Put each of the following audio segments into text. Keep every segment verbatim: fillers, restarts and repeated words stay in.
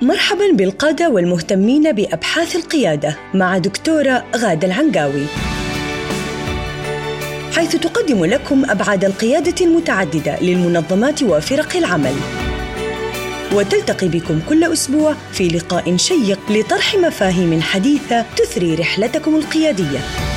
مرحباً بالقادة والمهتمين بأبحاث القيادة مع دكتورة غادة العنقاوي، حيث تقدم لكم أبعاد القيادة المتعددة للمنظمات وفرق العمل، وتلتقي بكم كل أسبوع في لقاء شيق لطرح مفاهيم حديثة تثري رحلتكم القيادية.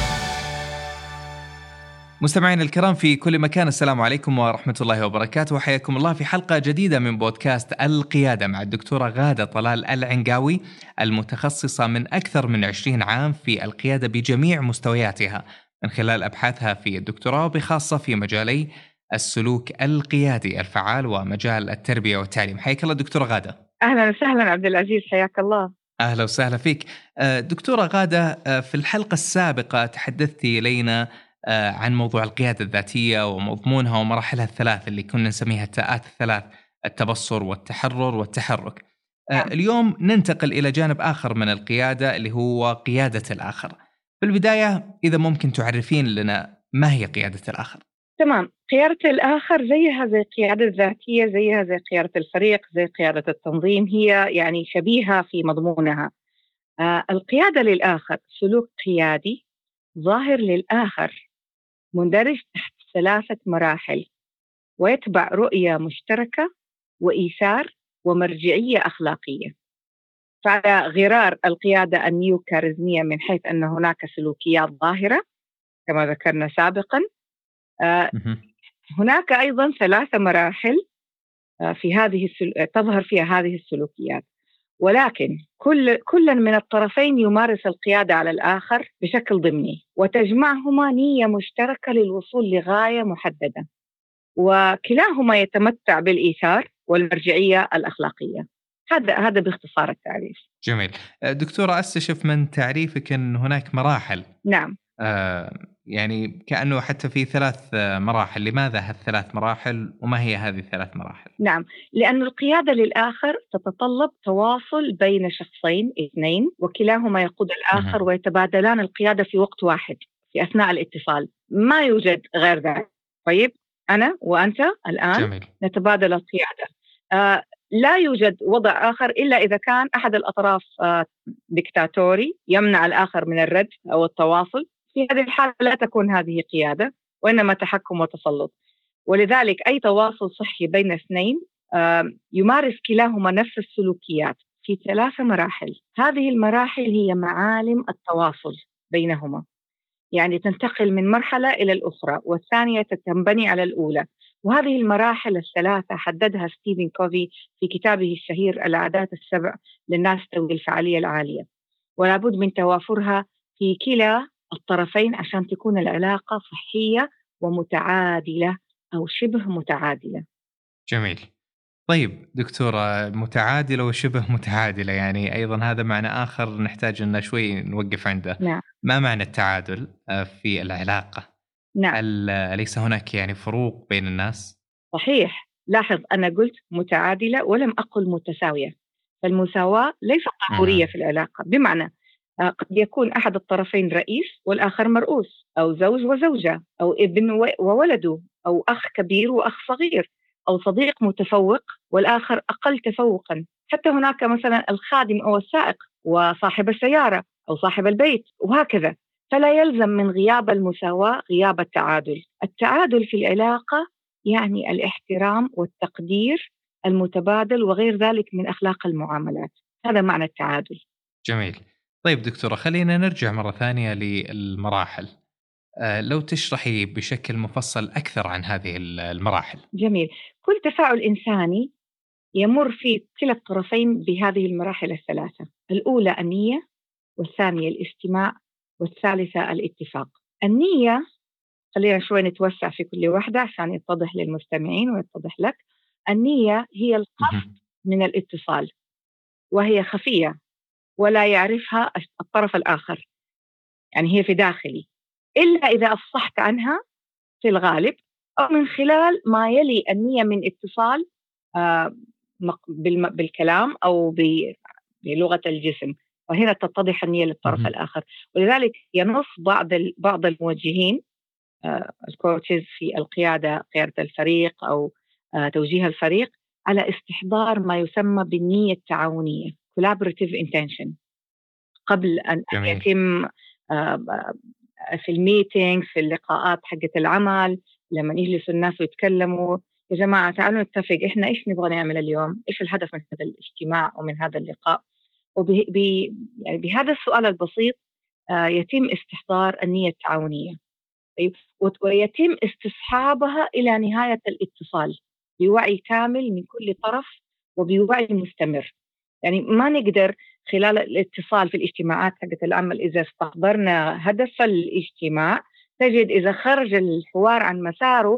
مستمعين الكرام في كل مكان، السلام عليكم ورحمة الله وبركاته، وحياكم الله في حلقة جديدة من بودكاست القيادة مع الدكتورة غادة طلال العنقاوي، المتخصصة من أكثر من عشرين عام في القيادة بجميع مستوياتها من خلال أبحاثها في الدكتوراه، بخاصة في مجالي السلوك القيادي الفعال ومجال التربية والتعليم. حياك الله دكتورة غادة. أهلا وسهلا عبد العزيز، حياك الله. أهلا وسهلا فيك دكتورة غادة. في الحلقة السابقة تحدثتي إلينا عن موضوع القيادة الذاتية ومضمونها ومراحلها الثلاث اللي كنا نسميها التاءات الثلاث: التبصر والتحرر والتحرك. نعم. اليوم ننتقل إلى جانب آخر من القيادة اللي هو قيادة الآخر. في البداية إذا ممكن تعرفين لنا ما هي قيادة الآخر؟ تمام. قيادة الآخر زيها زي القيادة الذاتية، زيها زي قيادة الفريق، زي قيادة التنظيم، هي يعني شبيهة في مضمونها. آه القيادة للآخر سلوك قيادي ظاهر للآخر مندرج تحت ثلاثة مراحل، ويتبع رؤية مشتركة وإيثار ومرجعية أخلاقية. فعلى غرار القيادة النيو كاريزمية من حيث أن هناك سلوكيات ظاهرة كما ذكرنا سابقاً. آه هناك أيضاً ثلاثة مراحل آه في هذه السل... تظهر فيها هذه السلوكيات، ولكن كل كل من الطرفين يمارس القيادة على الآخر بشكل ضمني، وتجمعهما نية مشتركة للوصول لغاية محددة، وكلاهما يتمتع بالإيثار والمرجعية الأخلاقية. هذا هذا باختصار التعريف. جميل. دكتورة، أستشف من تعريفك أن هناك مراحل. نعم. آه يعني كأنه حتى في ثلاث مراحل. لماذا هالثلاث مراحل وما هي هذه الثلاث مراحل؟ نعم، لأن القيادة للآخر تتطلب تواصل بين شخصين اثنين وكلاهما يقود الآخر مه. ويتبادلان القيادة في وقت واحد في أثناء الاتصال، ما يوجد غير ذلك. طيب، أنا وأنت الآن جميل. نتبادل القيادة. آه لا يوجد وضع آخر إلا إذا كان أحد الأطراف آه ديكتاتوري يمنع الآخر من الرد أو التواصل. في هذه الحالة لا تكون هذه قيادة، وإنما تحكم وتسلط. ولذلك أي تواصل صحي بين اثنين يمارس كلاهما نفس السلوكيات في ثلاثة مراحل. هذه المراحل هي معالم التواصل بينهما، يعني تنتقل من مرحلة إلى الأخرى، والثانية تنبني على الأولى. وهذه المراحل الثلاثة حددها ستيفن كوفي في كتابه الشهير العادات السبع للناس ذوي الفعالية العالية، ولا بد من توافرها في كلا الطرفين عشان تكون العلاقة صحية ومتعادلة أو شبه متعادلة. جميل. طيب دكتورة، متعادلة وشبه متعادلة، يعني أيضا هذا معنى آخر نحتاج أن شوي نوقف عنده. نعم. ما معنى التعادل في العلاقة؟ نعم. أليس هناك يعني فروق بين الناس؟ صحيح. لاحظ، أنا قلت متعادلة ولم أقل متساوية. فالمساواة ليست ضرورية في العلاقة، بمعنى قد يكون أحد الطرفين رئيس والآخر مرؤوس، أو زوج وزوجة، أو ابن وولده، أو أخ كبير وأخ صغير، أو صديق متفوق والآخر أقل تفوقا. حتى هناك مثلا الخادم أو السائق وصاحب السيارة أو صاحب البيت، وهكذا. فلا يلزم من غياب المساواة غياب التعادل. التعادل في العلاقة يعني الاحترام والتقدير المتبادل وغير ذلك من أخلاق المعاملات. هذا معنى التعادل. جميل. طيب دكتورة، خلينا نرجع مرة ثانية للمراحل. أه لو تشرحي بشكل مفصل أكثر عن هذه المراحل. جميل. كل تفاعل إنساني يمر في كلا الطرفين بهذه المراحل الثلاثة: الأولى النية، والثانية الاستماع، والثالثة الاتفاق. النية خلينا شوي نتوسع في كل واحدة عشان يتضح للمستمعين ويتضح لك. النية هي القصد من الاتصال، وهي خفية ولا يعرفها الطرف الآخر، يعني هي في داخلي، إلا إذا أفصحت عنها في الغالب، أو من خلال ما يلي النية من اتصال بالكلام أو بلغة الجسم، وهنا تتضح النية للطرف الآخر. ولذلك ينص بعض بعض الموجهين الكوتشز في القيادة، قيادة الفريق أو توجيه الفريق، على استحضار ما يسمى بالنية التعاونية collaborative intention قبل أن جميل. يتم في الميتينغ في اللقاءات حقة العمل لما يجلسوا الناس ويتكلموا يا جماعة تعالوا نتفق إحنا إيش نبغى نعمل اليوم، إيش الهدف من هذا الاجتماع ومن هذا اللقاء. وبي يعني بهذا السؤال البسيط يتم استحضار النية التعاونية ويتم استصحابها إلى نهاية الاتصال بوعي كامل من كل طرف وبوعي مستمر. يعني ما نقدر خلال الاتصال في الاجتماعات حقت العمل إذا استحضرنا هدف الاجتماع تجد إذا خرج الحوار عن مساره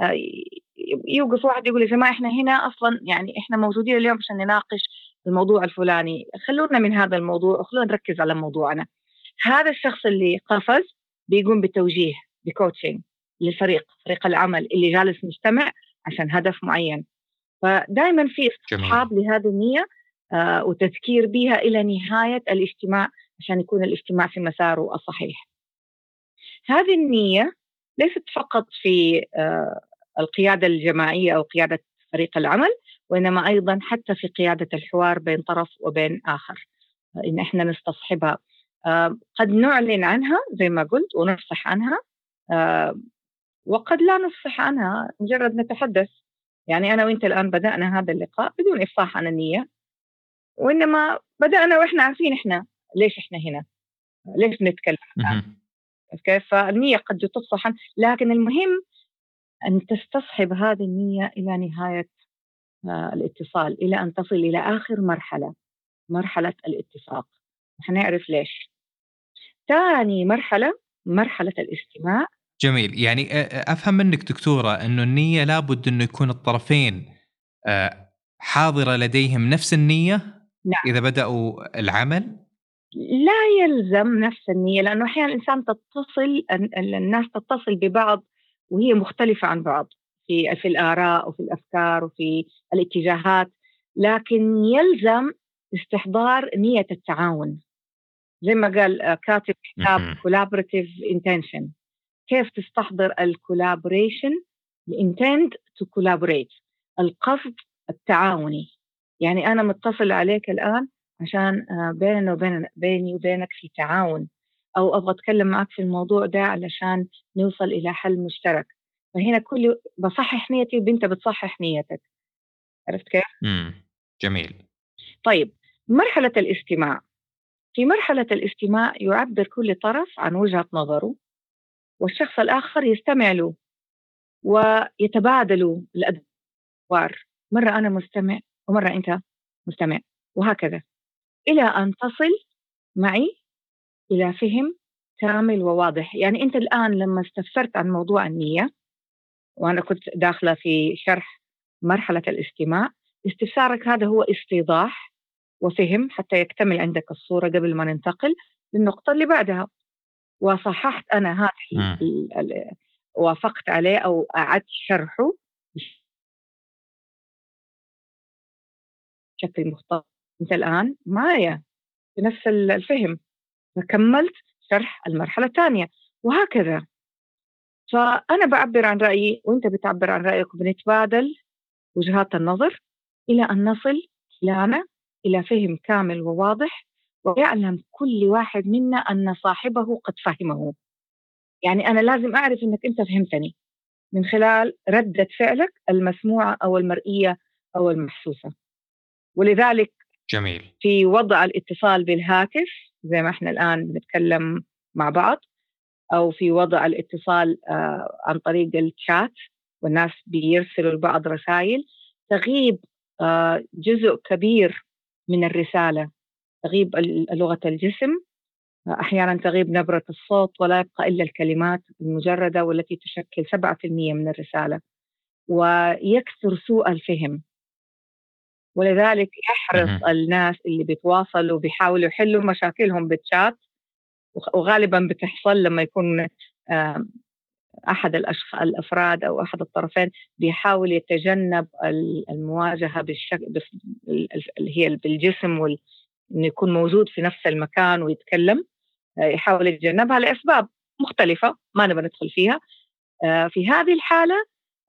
يوقف واحد يقول يا جماعة إحنا هنا أصلا يعني إحنا موجودين اليوم عشان نناقش الموضوع الفلاني، خلونا من هذا الموضوع وخلونا نركز على موضوعنا. هذا الشخص اللي قفز بيقوم بتوجيه بكوتشنج للفريق فريق العمل اللي جالس مجتمع عشان هدف معين. فدائما في استصحاب لهذه النية آه وتذكير بها إلى نهاية الاجتماع عشان يكون الاجتماع في مساره الصحيح. هذه النية ليست فقط في آه القيادة الجماعية أو قيادة فريق العمل، وإنما أيضا حتى في قيادة الحوار بين طرف وبين آخر، آه إن إحنا نستصحبها. آه قد نعلن عنها زي ما قلت ونفصح عنها، آه وقد لا نفصح عنها، مجرد نتحدث. يعني أنا وإنت الآن بدأنا هذا اللقاء بدون إفصاح عن النية، وإنما بدأنا وإحنا عارفين إحنا ليش إحنا هنا، ليش نتكلم الآن. كيف النية قد تفصح عن، لكن المهم أن تستصحب هذه النية إلى نهاية آه الاتصال، إلى أن تصل إلى آخر مرحلة، مرحلة الاتفاق. حنعرف ليش. ثاني مرحلة مرحلة الاستماع. جميل. يعني أفهم منك دكتورة أنه النية لابد أنه يكون الطرفين حاضرة لديهم نفس النية. نعم. إذا بدأوا العمل لا يلزم نفس النية، لأنه أحيانا الإنسان تتصل الناس تتصل ببعض وهي مختلفة عن بعض في في الآراء وفي الأفكار وفي الاتجاهات، لكن يلزم استحضار نية التعاون زي ما قال كاتب كتاب collaborative intention. كيف تستحضر الكولابوريشن؟ الانتند تو كولابوريت، القصد التعاوني. يعني أنا متصل عليك الآن عشان بيننا وبين بيني وبينك في تعاون، أو أبغى أتكلم معك في الموضوع ده علشان نوصل إلى حل مشترك. فهنا كل بصحح نيتي وبنت بتصحح نيتك. عرفت كيف؟ مم. جميل. طيب مرحلة الاستماع. في مرحلة الاستماع يعبر كل طرف عن وجهة نظره والشخص الآخر يستمع له ويتبادلوا الأدوار، مرة أنا مستمع ومرة أنت مستمع، وهكذا إلى أن تصل معي إلى فهم كامل وواضح. يعني أنت الآن لما استفسرت عن موضوع النية وأنا كنت داخلة في شرح مرحلة الاستماع، استفسارك هذا هو استيضاح وفهم حتى يكتمل عندك الصورة قبل ما ننتقل للنقطة اللي بعدها. وصححت أنا هذا وافقت عليه أو أعدت شرحه بشكل مختصر. أنت الآن معايا بنفس الفهم، فكملت شرح المرحلة الثانية وهكذا. فأنا بعبر عن رأيي وأنت بتعبر عن رأيك وبنتبادل وجهات النظر إلى أن نصل لنا إلى فهم كامل وواضح، ويعلم كل واحد منا أن صاحبه قد فهمه. يعني أنا لازم أعرف أنك أنت فهمتني من خلال ردة فعلك المسموعة أو المرئية أو المحسوسة. ولذلك جميل. في وضع الاتصال بالهاتف زي ما احنا الآن بنتكلم مع بعض، أو في وضع الاتصال آه عن طريق الشات والناس بيرسلوا لبعض رسائل، تغيب آه جزء كبير من الرسالة، تغيب لغة الجسم، أحيانا تغيب نبرة الصوت، ولا يبقى إلا الكلمات المجردة والتي تشكل سبعة في المئة من الرسالة، ويكثر سوء الفهم. ولذلك يحرص الناس اللي بيتواصلوا بيحاولوا يحلوا مشاكلهم بالشات، وغالبا بتحصل لما يكون أحد الأشخاص الأفراد أو أحد الطرفين بيحاول يتجنب المواجهة بالشكل اللي هي بالجسم وإنه يكون موجود في نفس المكان ويتكلم، يحاول يتجنبها لأسباب مختلفة ما نبغى ندخل فيها. في هذه الحالة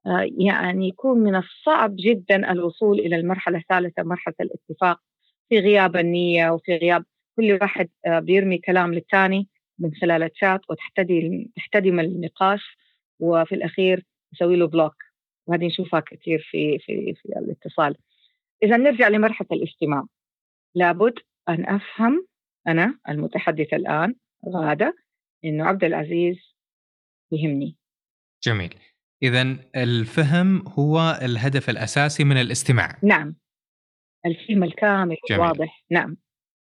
يعني يكون من الصعب جدا الوصول إلى المرحلة الثالثة، مرحلة الاتفاق، في غياب النية وفي غياب كل واحد بيرمي كلام للثاني من خلال الشات، وتحتدي تحتدم النقاش، وفي الأخير يسوي له بلوك. وهذه نشوفها كثير في في في الاتصال. إذا نرجع لمرحلة الاستماع، لابد أن أفهم أنا المتحدث الآن غادة إنه عبد العزيز يهمني. جميل. إذن الفهم هو الهدف الأساسي من الاستماع. نعم، الفهم الكامل واضح. نعم.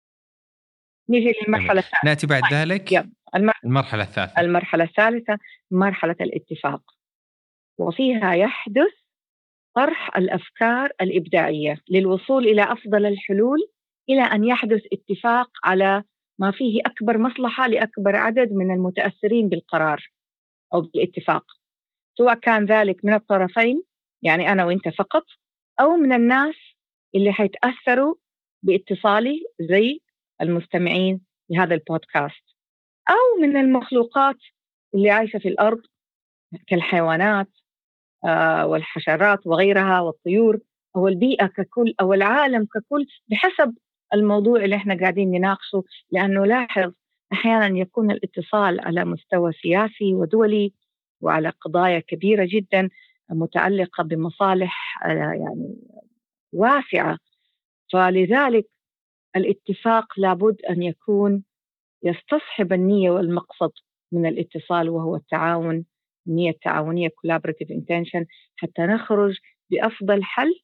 نيجي للمرحلة الثالثة. نأتي بعد طيب. ذلك المر... المرحلة الثالثة. المرحلة الثالثة مرحلة الاتفاق، وفيها يحدث طرح الأفكار الإبداعية للوصول إلى أفضل الحلول، إلى أن يحدث اتفاق على ما فيه أكبر مصلحة لأكبر عدد من المتأثرين بالقرار أو بالاتفاق، سواء كان ذلك من الطرفين، يعني أنا وإنت فقط، أو من الناس اللي حيتأثروا باتصالي زي المستمعين لهذا البودكاست، أو من المخلوقات اللي عايشة في الأرض كالحيوانات آه والحشرات وغيرها والطيور، أو البيئة ككل، أو العالم ككل، بحسب الموضوع اللي احنا قاعدين نناقشه. لأنه لاحظ أحيانا يكون الاتصال على مستوى سياسي ودولي، وعلى قضايا كبيرة جدا متعلقة بمصالح آه يعني واسعة، فلذلك الاتفاق لابد أن يكون يستصحب النية والمقصد من الاتصال، وهو التعاون، النية التعاونية collaborative intention، حتى نخرج بأفضل حل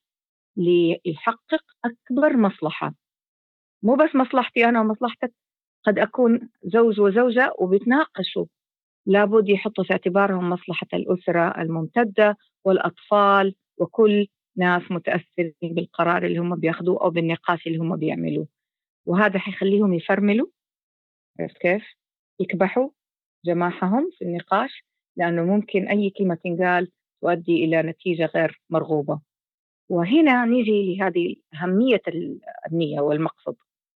ليحقق أكبر مصلحة. مو بس مصلحتي أنا ومصلحتك، قد أكون زوج وزوجة وبيتناقشوا، لابد يحطوا في اعتبارهم مصلحة الأسرة الممتدة والأطفال وكل ناس متأثرين بالقرار اللي هم بياخدوه أو بالنقاش اللي هم بيعملوه. وهذا حيخليهم يفرملوا، عرفت كيف؟ يكبحوا جماحهم في النقاش، لأنه ممكن أي كلمة تنقال تؤدي إلى نتيجة غير مرغوبة. وهنا نيجي لهذه أهمية النية والمقصد.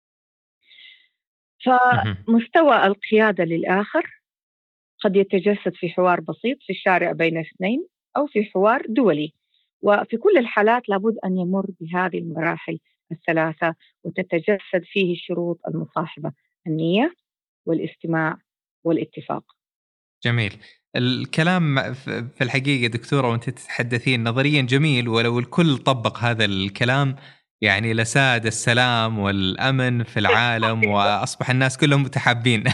فمستوى القيادة للآخر قد يتجسد في حوار بسيط في الشارع بين اثنين، أو في حوار دولي، وفي كل الحالات لابد أن يمر بهذه المراحل الثلاثة، وتتجسد فيه الشروط المصاحبة: النية والاستماع والاتفاق. جميل. الكلام في الحقيقة دكتورة وانت تتحدثين نظريا جميل، ولو الكل طبق هذا الكلام يعني لساد السلام والأمن في العالم وأصبح الناس كلهم متحابين.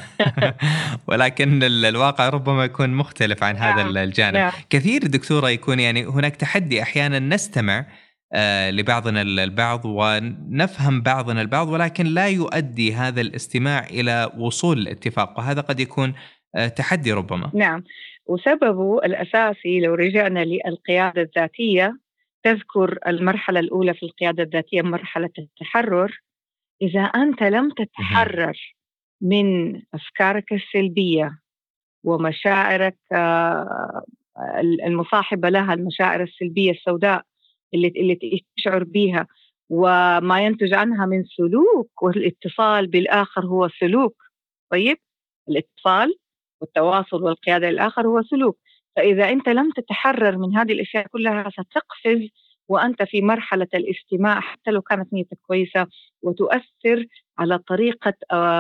ولكن الواقع ربما يكون مختلف عن هذا الجانب. كثير دكتورة يكون يعني هناك تحدي، أحيانا نستمع آه لبعضنا البعض ونفهم بعضنا البعض، ولكن لا يؤدي هذا الاستماع إلى وصول الاتفاق، وهذا قد يكون آه تحدي ربما. نعم، وسببه الأساسي لو رجعنا للقيادة الذاتية، تذكر المرحلة الأولى في القيادة الذاتية مرحلة التحرر. إذا أنت لم تتحرر من أفكارك السلبية ومشاعرك آه المصاحبة لها، المشاعر السلبية السوداء اللي اللي تشعر بيها وما ينتج عنها من سلوك، والاتصال بالآخر هو سلوك. طيب، الاتصال والتواصل والقيادة للآخر هو سلوك. فإذا أنت لم تتحرر من هذه الأشياء كلها ستقفز وأنت في مرحلة الاستماع، حتى لو كانت نيتك كويسة، وتؤثر على طريقة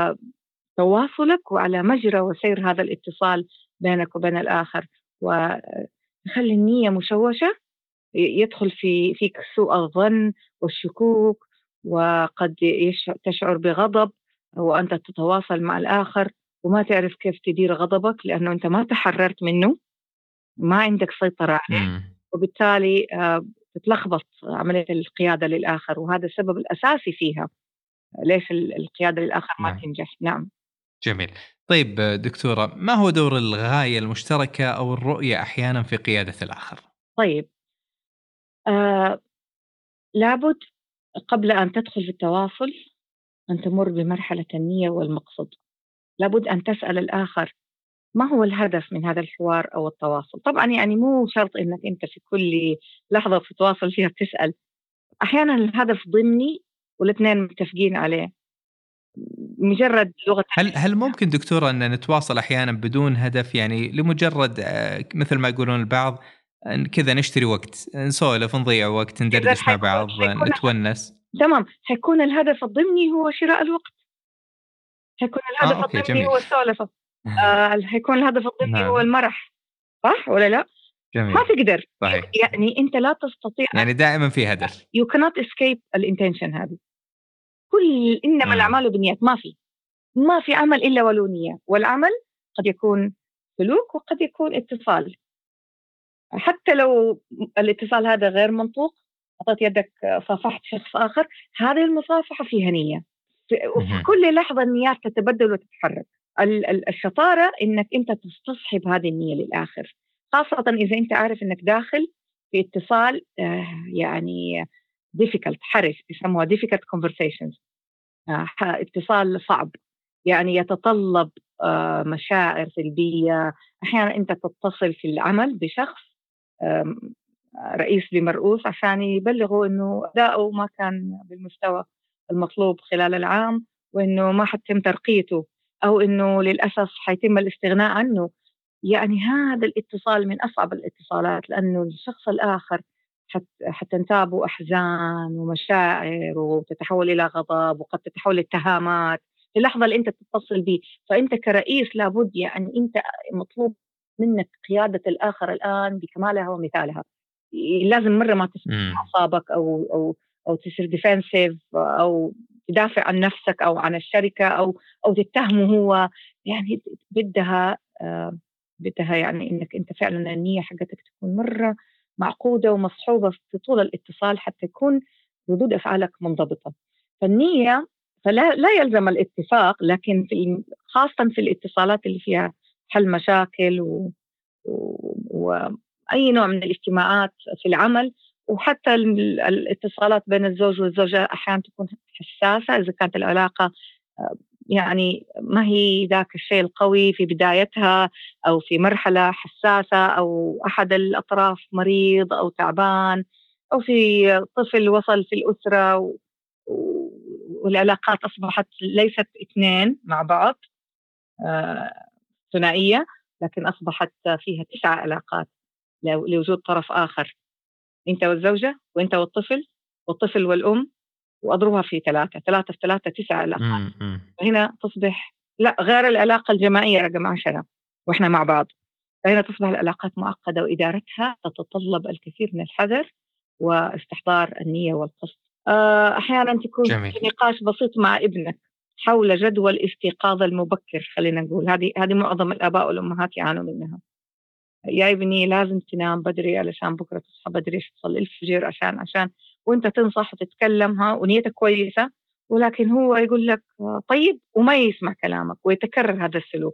تواصلك وعلى مجرى وسير هذا الاتصال بينك وبين الآخر، وتخلي النية مشوشة، يدخل في فيك سوء الظن والشكوك، وقد تشعر بغضب وأنت تتواصل مع الآخر وما تعرف كيف تدير غضبك، لأنه أنت ما تحررت منه، ما عندك سيطرة عليه، وبالتالي تتلخبط عملية القيادة للآخر، وهذا السبب الأساسي فيها ليش القيادة للآخر ما نعم. تنجح. نعم. جميل. طيب دكتورة، ما هو دور الغاية المشتركة أو الرؤية أحيانا في قيادة الآخر؟ طيب، آه، لابد قبل أن تدخل في التواصل أن تمر بمرحلة النية والمقصد. لابد أن تسأل الآخر ما هو الهدف من هذا الحوار أو التواصل. طبعا يعني مو شرط أنك أنت في كل لحظة في تواصل فيها بتسأل، أحيانا الهدف ضمني والاثنين متفقين عليه، مجرد لغة. هل هل ممكن دكتورة أن نتواصل أحيانا بدون هدف، يعني لمجرد مثل ما يقولون البعض كذا نشتري وقت، نسولف، نضيع وقت، ندردش مع بعض، نتونس. تمام، حيكون الهدف الضمني هو شراء الوقت، حيكون الهدف آه، أوكي، الضمني جميل. هو السولفة، آه، حيكون الهدف الضمني نعم. هو المرح، صح ولا لا؟ جميل. ما تقدر، صحيح. يعني أنت لا تستطيع، يعني دائما في هدف. you cannot escape الانتنشن هذه. كل إنما مم. الأعمال بالنيات، ما في ما في عمل إلا ولو نية، والعمل قد يكون سلوك وقد يكون اتصال، حتى لو الاتصال هذا غير منطوق، أعطيت يدك صافحت شخص آخر، هذه المصافحة فيها نية، وفي مهم. كل لحظة النيات تتبدل وتتحرك. ال- ال- الشطارة إنك أنت تستصحب هذه النية للآخر، خاصة إذا أنت عارف إنك داخل في اتصال آه، يعني difficult، حرج، يسموها difficult conversations، آه، اتصال صعب، يعني يتطلب آه، مشاعر سلبية. أحيانا أنت تتصل في العمل بشخص آم، رئيس بمرؤوس عشان يبلغوا إنه أداؤه ما كان بالمستوى المطلوب خلال العام، وإنه ما حتم ترقيته، أو إنه للأسف حيتم الاستغناء عنه. يعني هذا الاتصال من أصعب الاتصالات، لأنه الشخص الآخر حت حتنتابه أحزان ومشاعر وتتحول إلى غضب، وقد تتحول لاتهامات في اللحظة اللي أنت تتصل به. فأنت كرئيس لابد، يعني أنت مطلوب منك قيادة الآخر الآن بكمالها ومثالها، لازم مرة ما تسمع مم. أعصابك أو أو أو تصير ديفنسيف أو تدافع عن نفسك أو عن الشركة أو أو تتهمه هو. يعني بدها آه بدها يعني إنك أنت فعلا النية حقتك تكون مرة معقودة ومصحوبة في طول الاتصال حتى يكون ردود أفعالك منضبطة. فالنية فلا لا يلزم الاتفاق، لكن في خاصة في الاتصالات اللي فيها حل مشاكل و وأي نوع من الاجتماعات في العمل، وحتى الاتصالات بين الزوج والزوجة أحيانا تكون حساسة إذا كانت العلاقة يعني ما هي ذاك الشيء القوي في بدايتها، أو في مرحلة حساسة، أو أحد الأطراف مريض أو تعبان، أو في طفل وصل في الأسرة و... والعلاقات أصبحت ليست اثنين مع بعض آه ثنائية، لكن أصبحت فيها تسعة علاقات لوجود طرف آخر، أنت والزوجة وأنت والطفل والطفل والأم، وأضربها في ثلاثة ثلاثة في ثلاثة تسعة علاقات. هنا تصبح لا غير العلاقة الجماعية رقم عشرة وإحنا مع بعض، فهنا تصبح العلاقات معقدة وإدارتها تتطلب الكثير من الحذر واستحضار النية والقصد. أحيانا تكون جميل. في نقاش بسيط مع ابنك حول جدول الاستيقاظ المبكر، خلينا نقول هذه هذه معظم الآباء والأمهات يعانوا منها. يا ابني لازم تنام بدري علشان بكرة تصحى بدري تصلي الفجر عشان عشان وانت تنصح وتتكلمها ونيتك كويسة، ولكن هو يقول لك طيب وما يسمع كلامك ويتكرر هذا السلوك.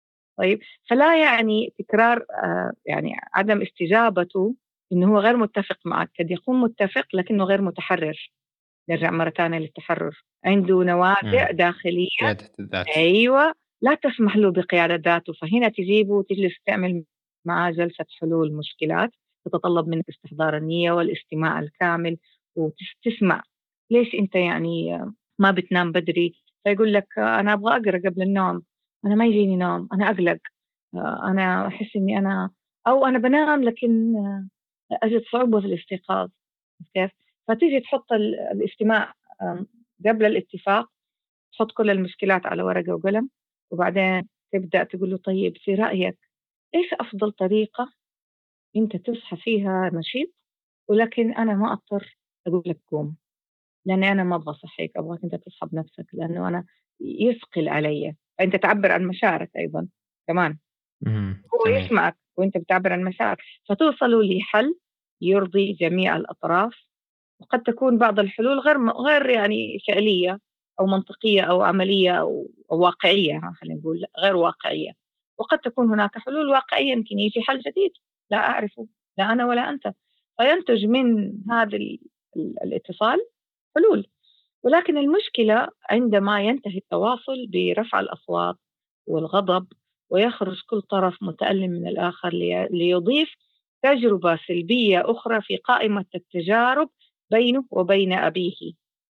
طيب فلا يعني تكرار آه يعني عدم استجابته إنه هو غير متفق معك، قد يكون متفق لكنه غير متحرر. نرجع مرة ثانية للتحرر، عنده نوازع داخلية قيادة الذات. أيوة لا تسمح له بقيادة ذاته، فهنا تجيبه وتجلس تعمل مع جلسة حلول مشكلات تتطلب منك استحضار النية والاستماع الكامل، وتسمع ليش أنت يعني ما بتنام بدري. فيقول لك أنا أبغى أقرأ قبل النوم، أنا ما يجيني نوم، أنا أقلق، أنا أحس إني أنا أو أنا بنام لكن أجد صعوبة في الاستيقاظ. كيف؟ فتيجي تحط الاستماع قبل الاتفاق، تحط كل المشكلات على ورقة وقلم، وبعدين تبدأ تقول له طيب في رأيك إيش أفضل طريقة أنت تصحى فيها نشيط، ولكن أنا ما أضطر أقول لك قوم لأني أنا ما أبغى صحيك، أبغاك أنت تصحى بنفسك لأنه أنا يثقل علي. أنت تعبر عن مشاعرك أيضا كمان، هو جميل. يسمعك وأنت بتعبر عن مشاعرك، فتوصلوا لحل يرضي جميع الأطراف. وقد تكون بعض الحلول غير غير يعني فعلية أو منطقية أو عملية أو, أو واقعية، خلينا نقول غير واقعية، وقد تكون هناك حلول واقعية يمكن يجي حل جديد لا أعرفه لا أنا ولا أنت، فينتج من هذا الاتصال حلول. ولكن المشكلة عندما ينتهي التواصل برفع الأصوات والغضب، ويخرج كل طرف متألم من الآخر ليضيف تجربة سلبية أخرى في قائمة التجارب بينه وبين أبيه،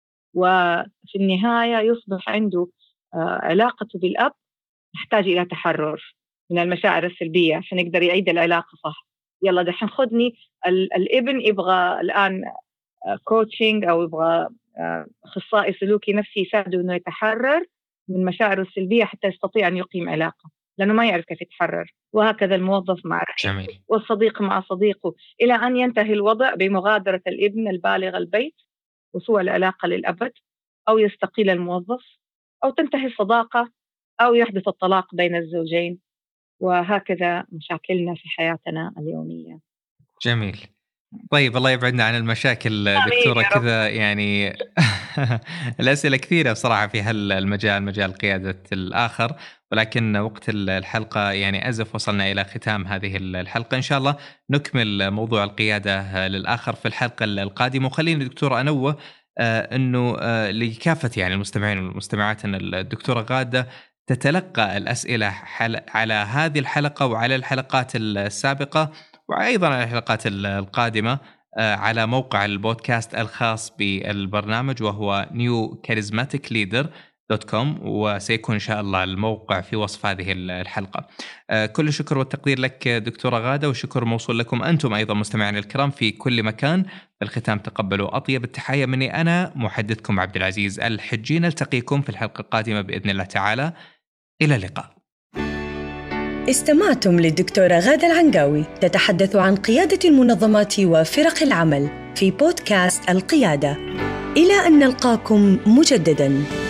وفي النهاية يصبح عنده علاقته بالأب تحتاج إلى تحرر من المشاعر السلبية عشان يقدر يعيد العلاقة صح. يلا دحين خدني الابن يبغى الآن كوتشنج أو يبغى أخصائي سلوكي نفسي يساعده إنه يتحرر من مشاعره السلبية حتى يستطيع أن يقيم علاقة، لأنه ما يعرف كيف يتحرر. وهكذا الموظف مع جميل. والصديق مع صديقه، إلى أن ينتهي الوضع بمغادرة الابن البالغ البيت وسوء العلاقة للأبد، أو يستقيل الموظف، أو تنتهي الصداقة، أو يحدث الطلاق بين الزوجين. وهكذا مشاكلنا في حياتنا اليومية. جميل. طيب الله يبعدنا عن المشاكل دكتورة كذا، يعني الأسئلة كثيرة بصراحة في هالمجال، مجال قيادة الآخر، ولكن وقت الحلقة يعني أزف، وصلنا إلى ختام هذه الحلقة. إن شاء الله نكمل موضوع القيادة للآخر في الحلقة القادمة. وخليني دكتورة أنوه آه أنه آه لكافة يعني المستمعين والمستمعات أن الدكتورة غادة تتلقى الأسئلة على هذه الحلقة وعلى الحلقات السابقة وأيضا على الحلقات القادمة على موقع البودكاست الخاص بالبرنامج، وهو نيو كاريزماتيك ليدر دوت كوم، وسيكون إن شاء الله الموقع في وصف هذه الحلقة. كل الشكر والتقدير لك دكتورة غادة، والشكر موصول لكم أنتم أيضا مستمعين الكرام في كل مكان. بالختام تقبلوا أطيب التحية مني أنا محدثكم عبد العزيز الحجي. نلتقيكم في الحلقة القادمة بإذن الله تعالى. إلى اللقاء. استمعتم للدكتورة غادة العنقاوي تتحدث عن قيادة المنظمات وفرق العمل في بودكاست القيادة. إلى أن نلقاكم مجدداً.